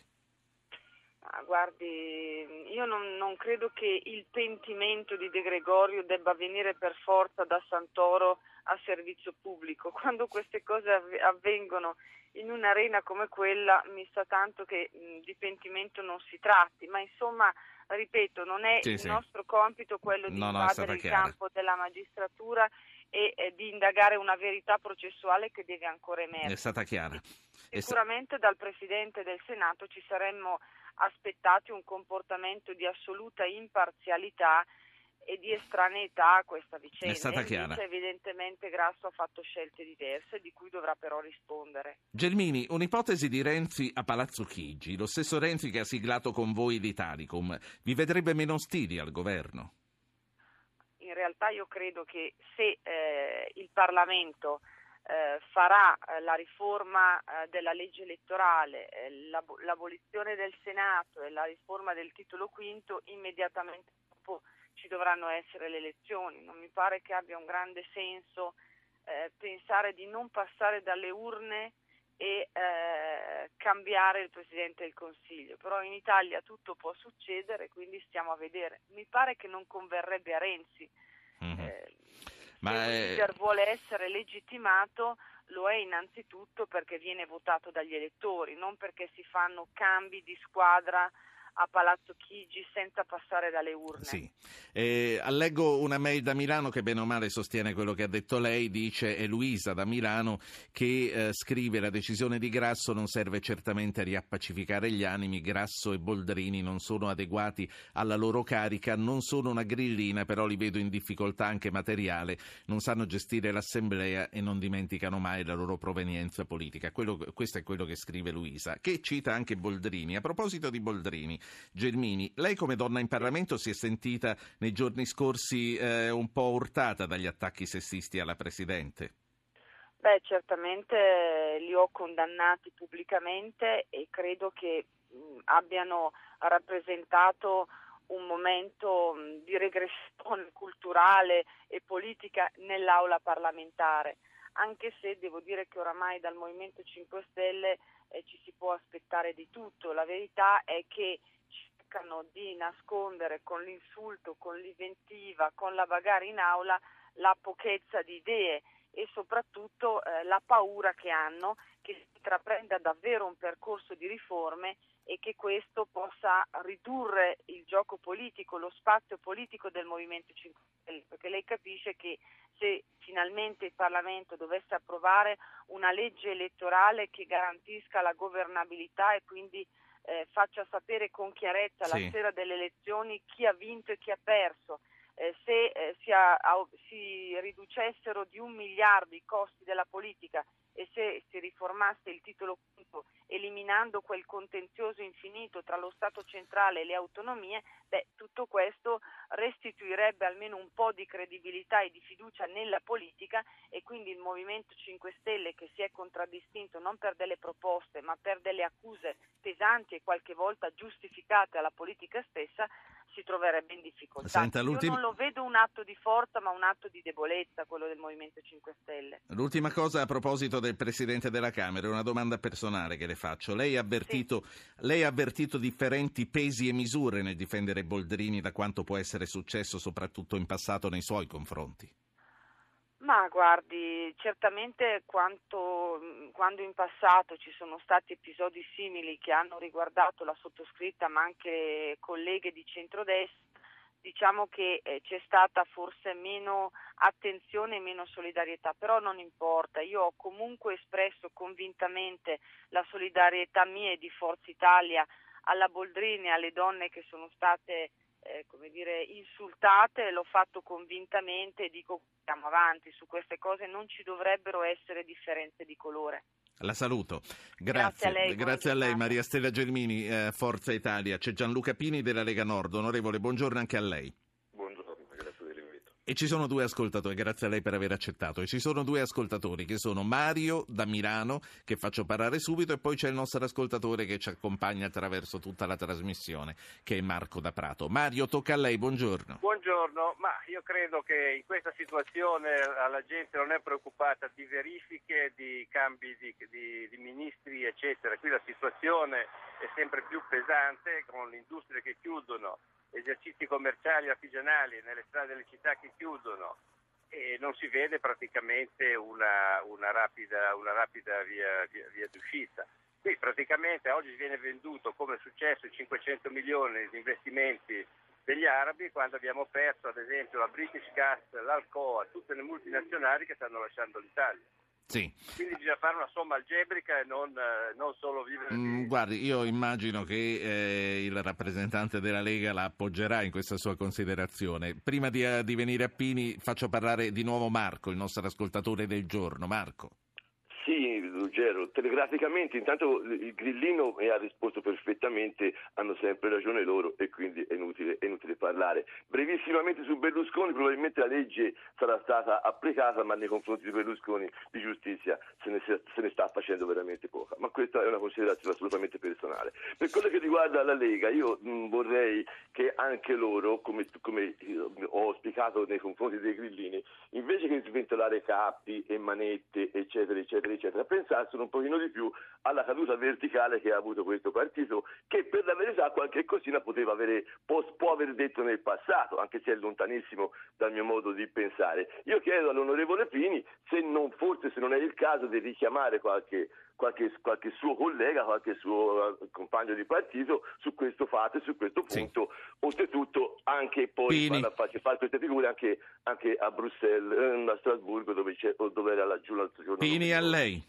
Guardi, io non credo che il pentimento di De Gregorio debba venire per forza da Santoro a servizio pubblico. Quando queste cose avvengono in un'arena come quella, mi sa tanto che di pentimento non si tratti, ma insomma, ripeto, non è il nostro compito quello di invadere il campo della magistratura e di indagare una verità processuale che deve ancora emergere. È stata chiara. Sicuramente dal Presidente del Senato ci saremmo aspettati un comportamento di assoluta imparzialità e di estraneità a questa vicenda. È stata chiara. Invece evidentemente Grasso ha fatto scelte diverse di cui dovrà però rispondere. Gelmini, un'ipotesi di Renzi a Palazzo Chigi, lo stesso Renzi che ha siglato con voi l'Italicum, vi vedrebbe meno ostili al governo? In realtà io credo che se il Parlamento farà la riforma della legge elettorale, l'abolizione del Senato e la riforma del titolo quinto, immediatamente dopo ci dovranno essere le elezioni. Non mi pare che abbia un grande senso pensare di non passare dalle urne e cambiare il Presidente del Consiglio, però in Italia tutto può succedere, quindi stiamo a vedere. Mi pare che non converrebbe a Renzi. Se un leader vuole essere legittimato, lo è innanzitutto perché viene votato dagli elettori, non perché si fanno cambi di squadra a Palazzo Chigi senza passare dalle urne. Sì. Leggo una mail da Milano che bene o male sostiene quello che ha detto lei. Dice è Luisa da Milano che scrive: la decisione di Grasso non serve certamente a riappacificare gli animi. Grasso e Boldrini non sono adeguati alla loro carica, non sono una grillina, però li vedo in difficoltà anche materiale, non sanno gestire l'assemblea e non dimenticano mai la loro provenienza politica. Questo è quello che scrive Luisa, che cita anche Boldrini. A proposito di Boldrini, Gelmini, lei come donna in Parlamento si è sentita nei giorni scorsi un po' urtata dagli attacchi sessisti alla Presidente? Beh, certamente li ho condannati pubblicamente e credo che abbiano rappresentato un momento di regressione culturale e politica nell'aula parlamentare, anche se devo dire che oramai dal Movimento 5 Stelle ci si può aspettare di tutto. La verità è che cercano di nascondere con l'insulto, con l'inventiva, con la bagarre in aula la pochezza di idee e soprattutto la paura che hanno che si intraprenda davvero un percorso di riforme e che questo possa ridurre il gioco politico, lo spazio politico del Movimento 5 Stelle, perché lei capisce che se finalmente il Parlamento dovesse approvare una legge elettorale che garantisca la governabilità e quindi faccia sapere con chiarezza la sera delle elezioni chi ha vinto e chi ha perso, se si riducessero di 1 miliardo i costi della politica e se si riformasse il titolo quinto eliminando quel contenzioso infinito tra lo Stato centrale e le autonomie, tutto questo restituirebbe almeno un po' di credibilità e di fiducia nella politica, e quindi il Movimento 5 Stelle, che si è contraddistinto non per delle proposte ma per delle accuse pesanti e qualche volta giustificate alla politica stessa, si troverebbe in difficoltà. Senta, Io non lo vedo un atto di forza ma un atto di debolezza, quello del Movimento 5 Stelle. L'ultima cosa a proposito del Presidente della Camera, è una domanda personale che le faccio. Lei ha avvertito differenti pesi e misure nel difendere Boldrini da quanto può essere successo soprattutto in passato nei suoi confronti? Ma guardi, certamente quando in passato ci sono stati episodi simili che hanno riguardato la sottoscritta ma anche colleghe di centrodestra, diciamo che c'è stata forse meno attenzione e meno solidarietà, però non importa, io ho comunque espresso convintamente la solidarietà mia e di Forza Italia alla Boldrini e alle donne che sono state insultate, l'ho fatto convintamente e dico andiamo avanti, su queste cose non ci dovrebbero essere differenze di colore. La saluto. Grazie a lei Maria Stella Gelmini, Forza Italia. C'è Gianluca Pini della Lega Nord. Onorevole, buongiorno anche a lei. Grazie dell'invito. E ci sono due ascoltatori, grazie a lei per aver accettato, e ci sono due ascoltatori che sono Mario da Milano, che faccio parlare subito, e poi c'è il nostro ascoltatore che ci accompagna attraverso tutta la trasmissione, che è Marco da Prato. Mario, tocca a lei, buongiorno. Buongiorno, ma io credo che in questa situazione la gente non è preoccupata di verifiche, di cambi di ministri, eccetera. Qui la situazione è sempre più pesante, con le industrie che chiudono, esercizi commerciali artigianali nelle strade delle città che chiudono, e non si vede praticamente una rapida via d'uscita. Qui praticamente oggi viene venduto, come è successo, 500 milioni di investimenti degli arabi, quando abbiamo perso ad esempio la British Gas, l'Alcoa, tutte le multinazionali che stanno lasciando l'Italia. Sì. Quindi bisogna fare una somma algebrica e non solo vivere Guardi, io immagino che il rappresentante della Lega la appoggerà in questa sua considerazione. Prima di venire a Pini faccio parlare di nuovo Marco, il nostro ascoltatore del giorno. Marco. Sì, Ruggero, telegraficamente intanto il grillino mi ha risposto perfettamente, hanno sempre ragione loro e quindi è inutile parlare. Brevissimamente su Berlusconi, probabilmente la legge sarà stata applicata, ma nei confronti di Berlusconi di giustizia se ne sta facendo veramente poca, ma questa è una considerazione assolutamente personale. Per quello che riguarda la Lega, io vorrei che anche loro, come ho auspicato nei confronti dei grillini, invece che sventolare cappi e manette eccetera, pensassero un pochino di più alla caduta verticale che ha avuto questo partito, che per la verità qualche cosina può aver detto nel passato, anche se è lontanissimo dal mio modo di pensare. Io chiedo all'onorevole Pini se non è il caso di richiamare qualche suo collega, qualche suo compagno di partito su questo fatto e su questo punto. Sì. Oltretutto anche poi vanno a fare queste figure anche a Bruxelles, a Strasburgo, dove era laggiù l'altro giorno. Pini, a lei.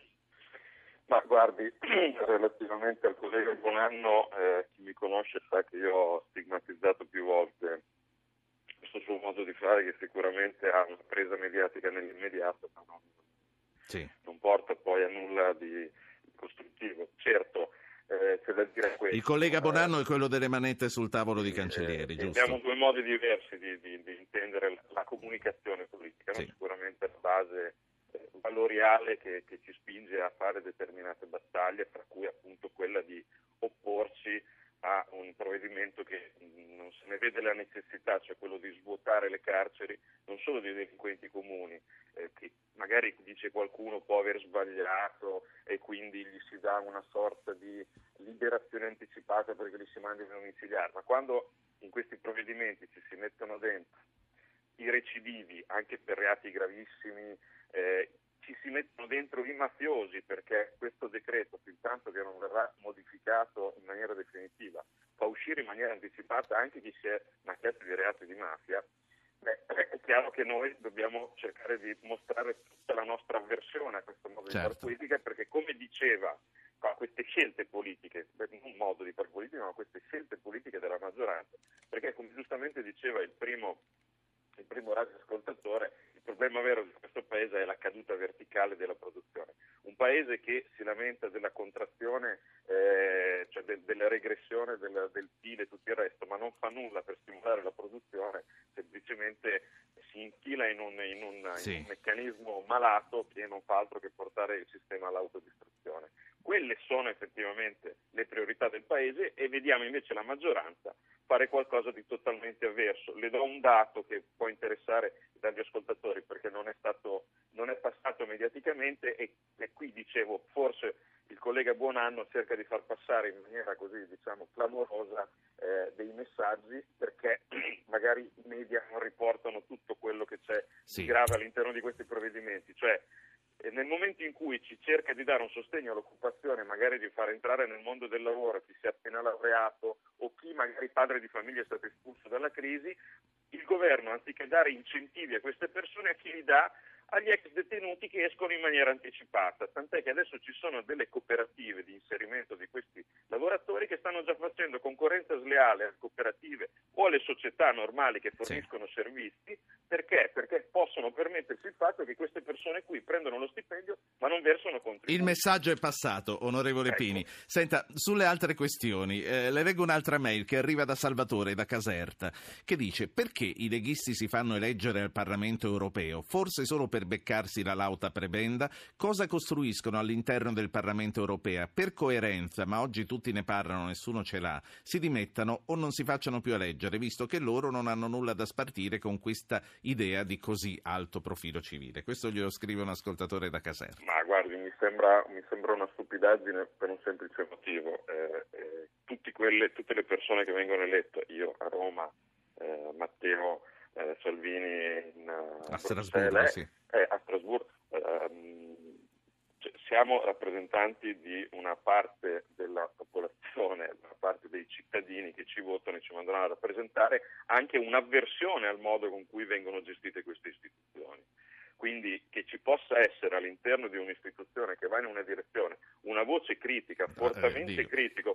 Ma guardi, relativamente al collega Bonanno, chi mi conosce sa che io ho stigmatizzato più volte questo suo modo di fare, che sicuramente ha una presa mediatica nell'immediato, ma non porta poi a nulla di costruttivo. Certo, c'è da dire questo. Il collega Bonanno è quello delle manette sul tavolo di Cancellieri, giusto? Abbiamo due modi diversi di intendere la comunicazione politica, no? Sicuramente la base valoriale che ci spinge a fare determinate battaglie, tra cui appunto quella di opporsi a un provvedimento che non se ne vede la necessità, cioè quello di svuotare le carceri non solo dei delinquenti comuni, che magari dice qualcuno può aver sbagliato e quindi gli si dà una sorta di liberazione anticipata perché li si manda in domiciliare, ma quando in questi provvedimenti ci si mettono dentro i recidivi anche per reati gravissimi, ci si mettono dentro i mafiosi, perché questo decreto, fin tanto che non verrà modificato in maniera definitiva, fa uscire in maniera anticipata anche chi si è macchiato di reati di mafia. È chiaro che noi dobbiamo cercare di mostrare tutta la nostra avversione a questo modo di fare politica, perché come diceva, queste scelte politiche, non un modo di fare politica, ma queste scelte politiche della maggioranza, perché come giustamente diceva il primo radioascoltatore, il problema vero di questo paese è la caduta verticale della produzione. si lamenta della contrazione, cioè della regressione del PIL e tutto il resto, ma non fa nulla per stimolare la produzione, semplicemente si infila in un meccanismo malato che non fa altro che portare il sistema all'autodistruzione. Quelle sono effettivamente le priorità del Paese e vediamo invece la maggioranza fare qualcosa di totalmente avverso. Le do un dato che può interessare dagli ascoltatori perché non è passato mediaticamente e qui dicevo forse il collega Buonanno cerca di far passare in maniera così clamorosa dei messaggi perché magari i media non riportano tutto quello che c'è di grave all'interno di questi provvedimenti, cioè nel momento in cui ci cerca di dare un sostegno all'occupazione, magari di far entrare nel mondo del lavoro chi si è appena laureato o chi magari padre di famiglia è stato espulso dalla crisi, il governo anziché dare incentivi a queste persone, a chi li dà? Agli ex detenuti che escono in maniera anticipata, tant'è che adesso ci sono delle cooperative di inserimento di questi lavoratori che stanno già facendo concorrenza sleale alle cooperative o alle società normali che forniscono servizi, perché? Perché possono permettersi il fatto che queste persone qui prendono lo stipendio ma non versano contributi. Il messaggio è passato, onorevole Pini. Senta, sulle altre questioni, le leggo un'altra mail che arriva da Salvatore, da Caserta, che dice: perché i leghisti si fanno eleggere al Parlamento europeo? Forse solo per beccarsi la lauta prebenda? Cosa costruiscono all'interno del Parlamento europeo? Per coerenza, ma oggi tutti ne parlano, nessuno ce l'ha, si dimettano o non si facciano più eleggere, visto che loro non hanno nulla da spartire con questa idea di così alto profilo civile. Questo glielo scrive un ascoltatore da Caserta. Ma guardi, mi sembra una stupidaggine per un semplice motivo. Tutte le persone che vengono elette, io a Roma, Matteo Salvini a Strasburgo, a Strasburgo, siamo rappresentanti di una parte della popolazione, una parte dei cittadini che ci votano e ci mandano a rappresentare anche un'avversione al modo con cui vengono gestite queste istituzioni. Quindi che ci possa essere all'interno di un'istituzione che va in una direzione una voce critica, fortemente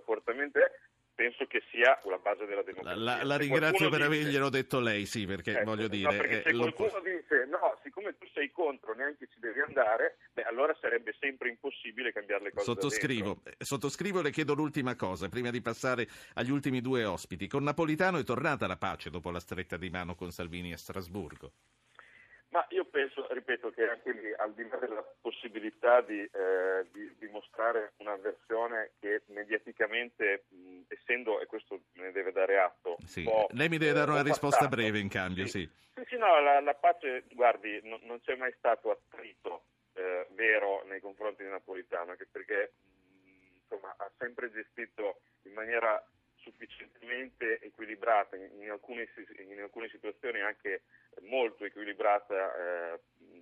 penso che sia la base della democrazia. La ringrazio per averglielo detto lei, perché voglio dire... perché se qualcuno dice no, siccome tu sei contro, neanche ci devi andare, allora sarebbe sempre impossibile cambiare le cose. Sottoscrivo, le chiedo l'ultima cosa, prima di passare agli ultimi due ospiti. Con Napolitano è tornata la pace dopo la stretta di mano con Salvini a Strasburgo? Ma io penso, ripeto, che anche lì, al di là della possibilità di mostrare una versione che mediaticamente, essendo, e questo me ne deve dare atto, lei mi deve dare una risposta breve in cambio, la pace, guardi, non c'è mai stato attrito vero nei confronti di Napolitano, anche perché ha sempre gestito in maniera sufficientemente equilibrata, in alcune situazioni anche molto equilibrata,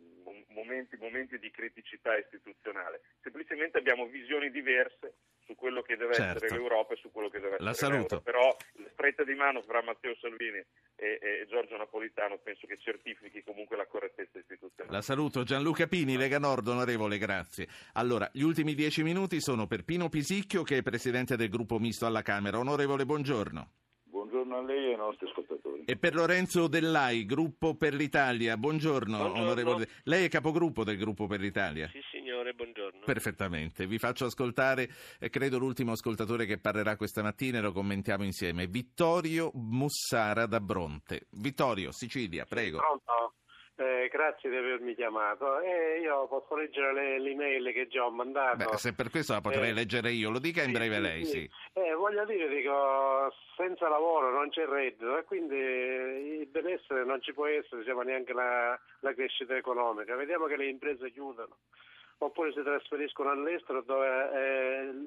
momenti di criticità istituzionale. Semplicemente abbiamo visioni diverse su quello che deve essere l'Europa e su quello che deve essere l'Euro. Però la stretta di mano fra Matteo Salvini e Giorgio Napolitano penso che certifichi comunque la correttezza istituzionale. La saluto. Gianluca Pini, Lega Nord, onorevole, grazie. Allora, gli ultimi 10 minuti sono per Pino Pisicchio, che è presidente del gruppo misto alla Camera. Onorevole, buongiorno. Buongiorno a lei e ai nostri ascoltatori. E per Lorenzo Dellai, Gruppo per l'Italia. Buongiorno, onorevole. Lei è capogruppo del Gruppo per l'Italia? Sì, signore, buongiorno. Perfettamente. Vi faccio ascoltare, credo l'ultimo ascoltatore che parlerà questa mattina e lo commentiamo insieme. Vittorio Mussara da Bronte. Vittorio, Sicilia, prego. Pronto? Grazie di avermi chiamato. Io posso leggere l'email che già ho mandato. Se per questo la potrei leggere io, lo dica in breve lei. Voglio dire, senza lavoro non c'è reddito e quindi il benessere non ci può essere, neanche la crescita economica. Vediamo che le imprese chiudono oppure si trasferiscono all'estero dove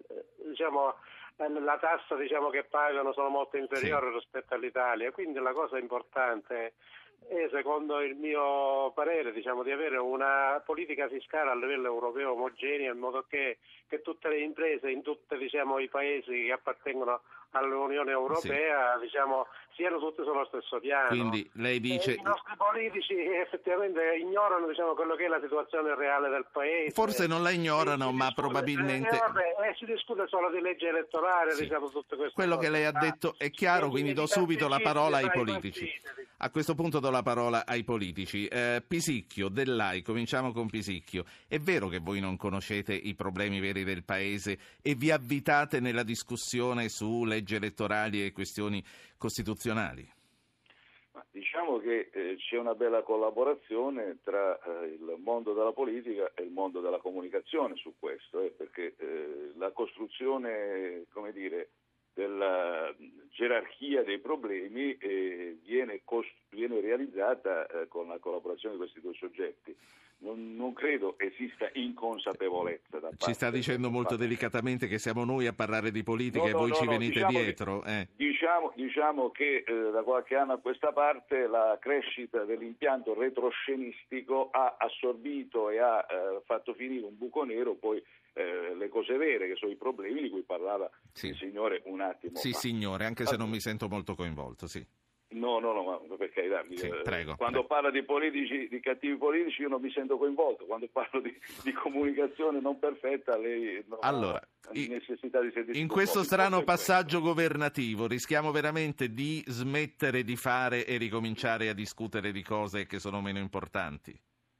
la tassa che pagano sono molto inferiori rispetto all'Italia. Quindi la cosa importante è, secondo il mio parere, di avere una politica fiscale a livello europeo omogenea, in modo che tutte le imprese in tutti i paesi che appartengono all'Unione Europea siano tutte sullo stesso piano. Quindi lei dice... I nostri politici effettivamente ignorano quello che è la situazione reale del paese. Forse non la ignorano, ma probabilmente... si discute solo di legge elettorale, tutte queste quello cose. che lei ha detto è chiaro, quindi do subito la parola ai politici. A questo punto do la parola ai politici. Pisicchio, Dell'Ai, cominciamo con Pisicchio. È vero che voi non conoscete i problemi veri del Paese e vi avvitate nella discussione su leggi elettorali e questioni costituzionali? Diciamo che c'è una bella collaborazione tra il mondo della politica e il mondo della comunicazione su questo, perché la costruzione, come dire, della gerarchia dei problemi viene realizzata con la collaborazione di questi due soggetti. Non credo esista inconsapevolezza da parte. Ci sta dicendo molto delicatamente che siamo noi a parlare di politica e voi ci venite dietro. Diciamo che da qualche anno a questa parte la crescita dell'impianto retroscenistico ha assorbito e ha fatto finire un buco nero poi le cose vere, che sono i problemi di cui parlava il signore un attimo fa. Signore, anche se non mi sento molto coinvolto, sì. No, ma per carità, prego. Parla di politici, di cattivi politici, io non mi sento coinvolto. Quando parlo di comunicazione non perfetta, lei non ha necessità di sentirsi in questo strano passaggio governativo rischiamo veramente di smettere di fare e ricominciare a discutere di cose che sono meno importanti?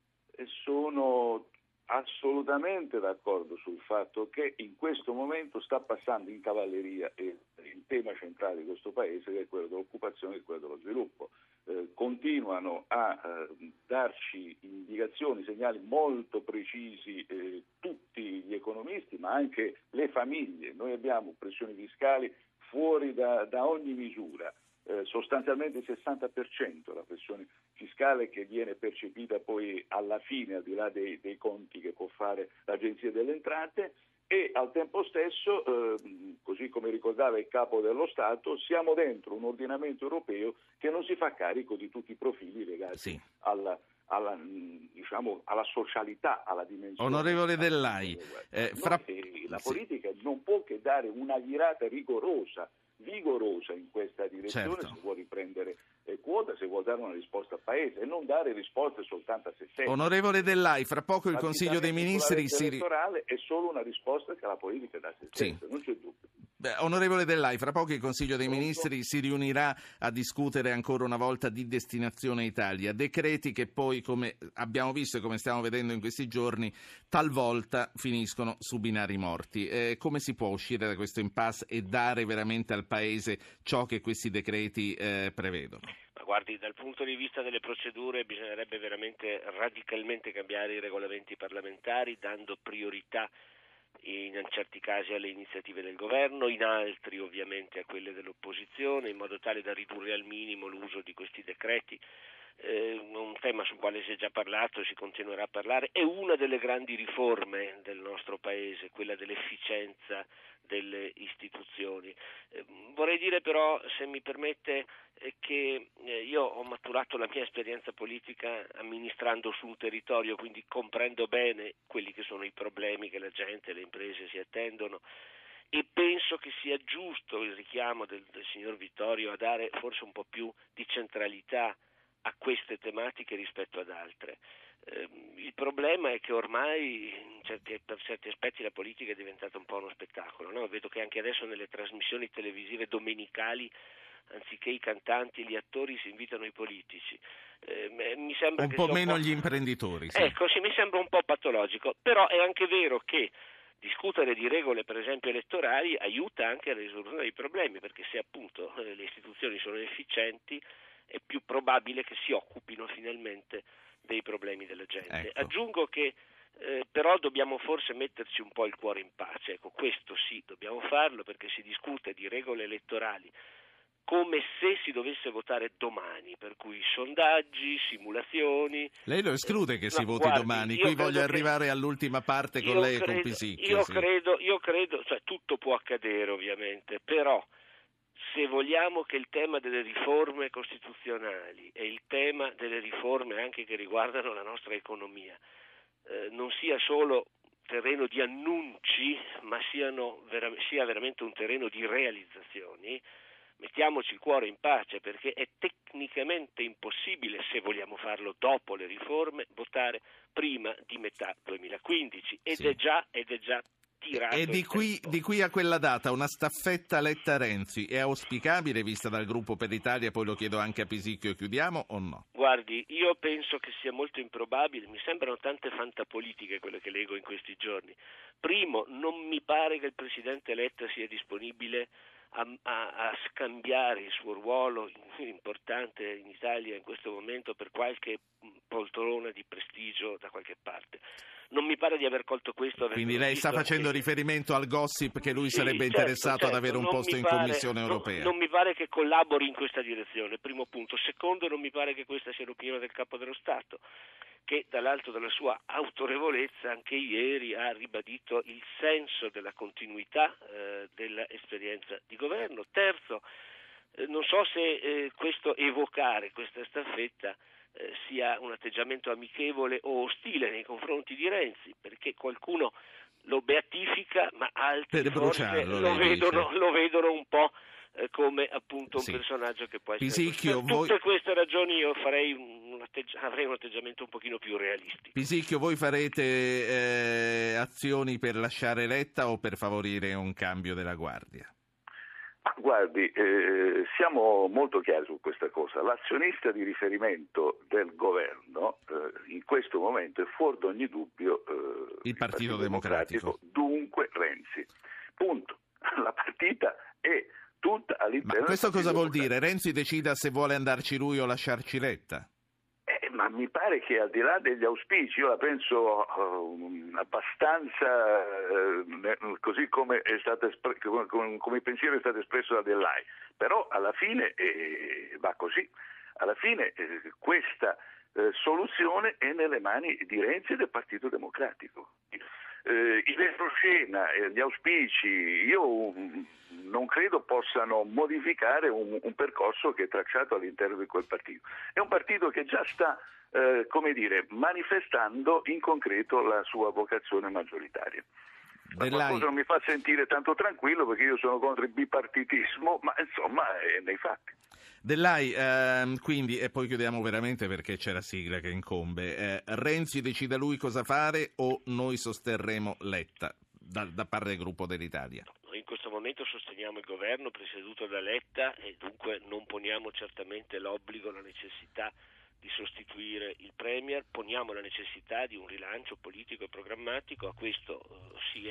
Sono assolutamente d'accordo sul fatto che in questo momento sta passando in cavalleria il tema centrale di questo Paese, che è quello dell'occupazione e quello dello sviluppo. Continuano a darci indicazioni, segnali molto precisi tutti gli economisti, ma anche le famiglie. Noi abbiamo pressioni fiscali fuori da ogni misura. Sostanzialmente il 60% la pressione fiscale che viene percepita poi alla fine, al di là dei conti che può fare l'Agenzia delle Entrate, e al tempo stesso, così come ricordava il Capo dello Stato, siamo dentro un ordinamento europeo che non si fa carico di tutti i profili legati alla socialità, alla dimensione. Onorevole Dell'Ai, la politica non può che dare una virata vigorosa in questa direzione, se vuole riprendere quota, se vuole dare una risposta al Paese e non dare risposte soltanto a se stesso. Onorevole Dell'Ai, fra poco il Consiglio dei Ministri elettorale è solo una risposta che la politica dà a se stessa, non c'è dubbio. Onorevole Dell'Ai, fra poco il Consiglio dei Ministri si riunirà a discutere ancora una volta di destinazione Italia, decreti che poi, come abbiamo visto e come stiamo vedendo in questi giorni, talvolta finiscono su binari morti. Come si può uscire da questo impasse e dare veramente al Paese ciò che questi decreti prevedono? Ma guardi, dal punto di vista delle procedure bisognerebbe veramente radicalmente cambiare i regolamenti parlamentari, dando priorità in certi casi alle iniziative del governo, in altri ovviamente a quelle dell'opposizione, in modo tale da ridurre al minimo l'uso di questi decreti. Un tema sul quale si è già parlato e si continuerà a parlare, è una delle grandi riforme del nostro Paese, quella dell'efficienza delle istituzioni. Vorrei dire però, se mi permette, che io ho maturato la mia esperienza politica amministrando su un territorio, quindi comprendo bene quelli che sono i problemi che la gente e le imprese si attendono, e penso che sia giusto il richiamo del signor Vittorio a dare forse un po' più di centralità a queste tematiche rispetto ad altre. Il problema è che ormai per certi aspetti la politica è diventata un po' uno spettacolo, no? Vedo che anche adesso nelle trasmissioni televisive domenicali, anziché i cantanti e gli attori, si invitano i politici. Mi sembra un po' meno gli imprenditori. Sì. Ecco, sì, mi sembra un po' patologico, però è anche vero che discutere di regole, per esempio elettorali, aiuta anche alla risoluzione dei problemi, perché se appunto le istituzioni sono efficienti è più probabile che si occupino finalmente dei problemi della gente. Ecco. Aggiungo che però dobbiamo forse metterci un po' il cuore in pace. Ecco, questo sì, dobbiamo farlo, perché si discute di regole elettorali come se si dovesse votare domani, per cui sondaggi, simulazioni. Lei lo esclude che si voti domani? Qui voglio arrivare all'ultima parte con lei e con Pisicchio. Io credo, cioè tutto può accadere ovviamente, però se vogliamo che il tema delle riforme costituzionali e il tema delle riforme anche che riguardano la nostra economia non sia solo terreno di annunci, ma sia veramente un terreno di realizzazioni, mettiamoci il cuore in pace, perché è tecnicamente impossibile, se vogliamo farlo dopo le riforme, votare prima di metà 2015 ed è già tirato. E di qui a quella data una staffetta Letta-Renzi è auspicabile vista dal Gruppo per l'Italia? Poi lo chiedo anche a Pisicchio e chiudiamo, o no? Guardi, io penso che sia molto improbabile, mi sembrano tante fantapolitiche quelle che leggo in questi giorni. Primo, non mi pare che il Presidente Letta sia disponibile a scambiare il suo ruolo importante in Italia in questo momento per qualche poltrona di prestigio da qualche parte. Non mi pare di aver colto questo. Quindi lei sta facendo riferimento al gossip che lui sarebbe interessato ad avere un posto in Commissione europea? Non mi pare che collabori in questa direzione, primo punto. Secondo, non mi pare che questa sia l'opinione del Capo dello Stato, che dall'alto della sua autorevolezza anche ieri ha ribadito il senso della continuità dell'esperienza di governo. Terzo, non so se questo evocare questa staffetta sia un atteggiamento amichevole o ostile nei confronti di Renzi, perché qualcuno lo beatifica, ma altri forse lo vedono un po' come appunto un personaggio che può essere. Pisicchio, per tutte queste ragioni io avrei un atteggiamento un pochino più realistico. Pisicchio, voi farete azioni per lasciare Letta o per favorire un cambio della Guardia? Guardi, siamo molto chiari su questa cosa. L'azionista di riferimento del governo in questo momento è fuori da ogni dubbio il Partito Democratico. Dunque Renzi. Punto. La partita è tutta all'interno. Ma questo cosa vuol dire? Renzi decida se vuole andarci lui o lasciarci Letta? Ma mi pare che al di là degli auspici, io la penso abbastanza così come è stato come il pensiero è stato espresso da Dell'Ai, però alla fine va così. Alla fine questa soluzione è nelle mani di Renzi e del Partito Democratico. Il retroscena, gli auspici, io non credo possano modificare un percorso che è tracciato all'interno di quel partito. È un partito che già sta, manifestando in concreto la sua vocazione maggioritaria. Qualcosa non mi fa sentire tanto tranquillo perché io sono contro il bipartitismo, ma insomma è nei fatti. Dell'Ai, quindi, e poi chiudiamo veramente perché c'è la sigla che incombe, Renzi decida lui cosa fare o noi sosterremo Letta da parte del Gruppo dell'Italia? Noi in questo momento sosteniamo il governo presieduto da Letta e dunque non poniamo certamente l'obbligo, la necessità di sostituire il Premier, poniamo la necessità di un rilancio politico e programmatico, a questo si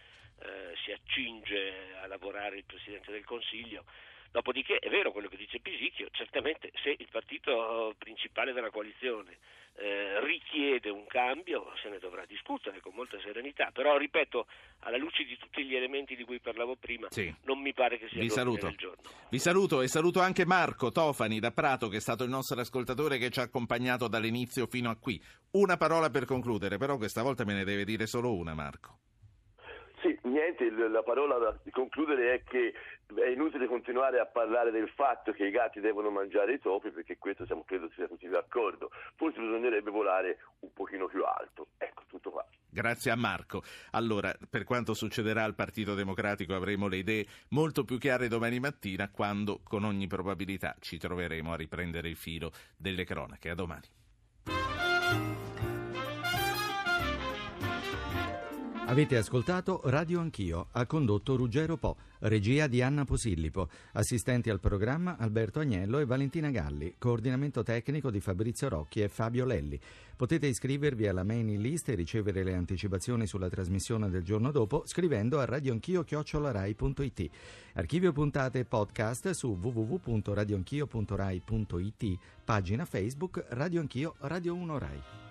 accinge a lavorare il Presidente del Consiglio. Dopodiché è vero quello che dice Pisicchio, certamente se il partito principale della coalizione richiede un cambio se ne dovrà discutere con molta serenità, però ripeto, alla luce di tutti gli elementi di cui parlavo prima, non mi pare che sia l'ordine del giorno. Vi saluto e saluto anche Marco Tofani da Prato, che è stato il nostro ascoltatore che ci ha accompagnato dall'inizio fino a qui. Una parola per concludere, però questa volta me ne deve dire solo una, Marco. Sì, niente, la parola da concludere è che è inutile continuare a parlare del fatto che i gatti devono mangiare i topi, perché questo credo sia tutti d'accordo. Forse bisognerebbe volare un pochino più alto. Ecco, tutto qua. Grazie a Marco. Allora, per quanto succederà al Partito Democratico avremo le idee molto più chiare domani mattina, quando con ogni probabilità ci troveremo a riprendere il filo delle cronache. A domani. Avete ascoltato Radio Anch'io, ha condotto Ruggero Po, regia di Anna Posillipo, assistenti al programma Alberto Agnello e Valentina Galli, coordinamento tecnico di Fabrizio Rocchi e Fabio Lelli. Potete iscrivervi alla mailing list e ricevere le anticipazioni sulla trasmissione del giorno dopo scrivendo a radioanchio@rai.it. Archivio puntate e podcast su www.radioanchio.rai.it, pagina Facebook Radio Anch'io Radio 1 Rai.